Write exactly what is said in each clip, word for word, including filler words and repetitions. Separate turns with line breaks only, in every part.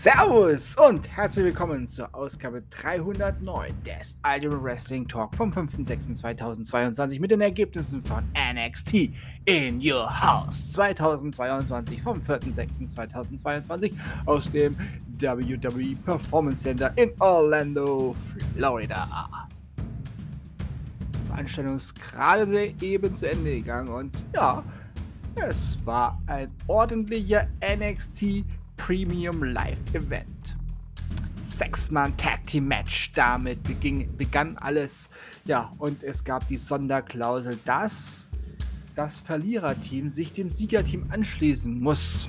Servus und herzlich willkommen zur Ausgabe dreihundertneun des Ultimate Wrestling Talk vom fünften sechsten zweitausendzweiundzwanzig mit den Ergebnissen von N X T in Your House zweitausendzweiundzwanzig vom vierten sechsten zweitausendzweiundzwanzig aus dem W W E Performance Center in Orlando, Florida. Die Veranstaltung ist gerade eben zu Ende gegangen und ja, es war ein ordentlicher N X T Premium Live Event. Sechs-Mann Tag Team Match. Damit beging, begann alles. Ja, und es gab die Sonderklausel, dass das Verliererteam sich dem Siegerteam anschließen muss.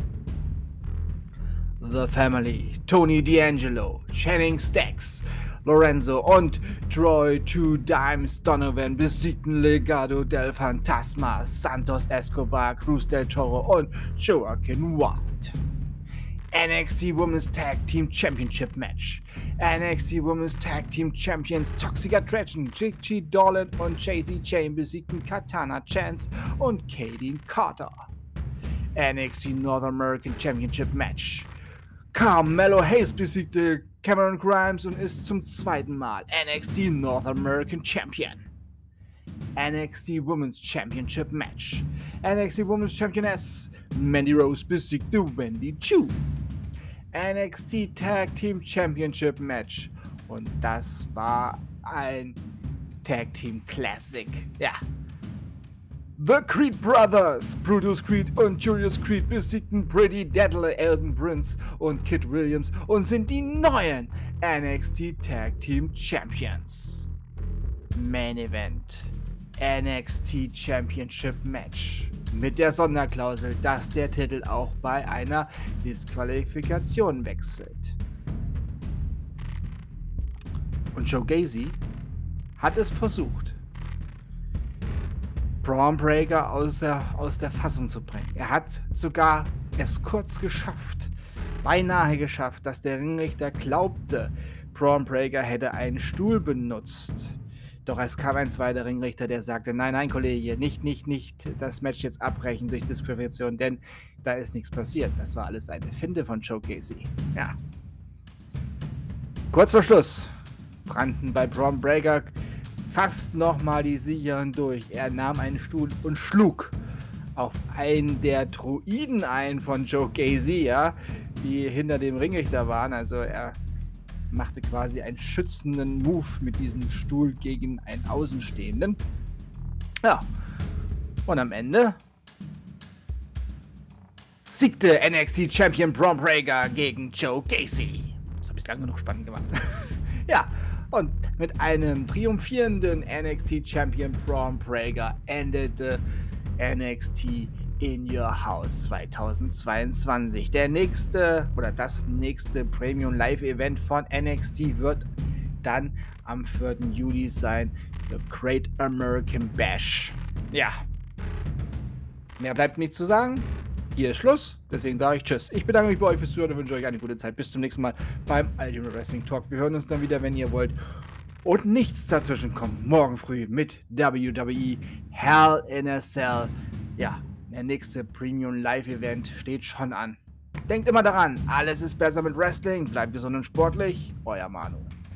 The Family, Tony D'Angelo, Channing Stacks, Lorenzo und Troy Two Dimes Donovan besiegten Legado del Fantasma, Santos Escobar, Cruz del Toro und Joaquin Wild. N X T Women's Tag Team Championship Match. N X T Women's Tag Team Champions Toxic Attraction, Gigi Dolan und Jacy Jayne besiegten Katana Chance und Kaden Carter. N X T North American Championship Match. Carmelo Hayes besiegte Cameron Grimes und ist zum zweiten Mal N X T North American Champion. N X T Women's Championship Match. N X T Women's Championess Mandy Rose besiegte Wendy Chu. N X T Tag Team Championship Match. Und das war ein Tag Team Classic. Ja. The Creed Brothers, Brutus Creed und Julius Creed besiegten Pretty Deadly, Elton Prince und Kid Williams und sind die neuen N X T Tag Team Champions. Main Event. N X T Championship Match. Mit der Sonderklausel, dass der Titel auch bei einer Disqualifikation wechselt. Und Joe Gacy hat es versucht, Bron Breakker aus der, aus der Fassung zu bringen. Er hat sogar es kurz geschafft, beinahe geschafft, dass der Ringrichter glaubte, Bron Breakker hätte einen Stuhl benutzt. Doch es kam ein zweiter Ringrichter, der sagte, nein, nein, Kollege, nicht, nicht, nicht das Match jetzt abbrechen durch Disqualifikation, denn da ist nichts passiert. Das war alles eine Finte von Joe Gacy. Ja. Kurz vor Schluss brannten bei Bron Breakker fast nochmal die Sicheren durch. Er nahm einen Stuhl und schlug auf einen der Druiden ein von Joe Gacy, ja, die hinter dem Ringrichter waren. Also er machte quasi einen schützenden Move mit diesem Stuhl gegen einen Außenstehenden. Ja, und am Ende siegte N X T Champion Bron Breakker gegen Joe Gacy. Das habe ich lange genug spannend gemacht. Ja, und mit einem triumphierenden N X T Champion Bron Breakker endete N X T in Your House zweitausendzweiundzwanzig. Der nächste oder das nächste Premium Live Event von N X T wird dann am vierten Juli sein. The Great American Bash. Ja. Mehr bleibt nicht zu sagen. Hier ist Schluss. Deswegen sage ich Tschüss. Ich bedanke mich bei euch fürs Zuhören und wünsche euch eine gute Zeit. Bis zum nächsten Mal beim Ultimate Wrestling Talk. Wir hören uns dann wieder, wenn ihr wollt. Und nichts dazwischen kommt. Morgen früh mit W W E Hell in a Cell. Ja. Der nächste Premium Live Event steht schon an. Denkt immer daran, alles ist besser mit Wrestling. Bleibt gesund und sportlich. Euer Manu.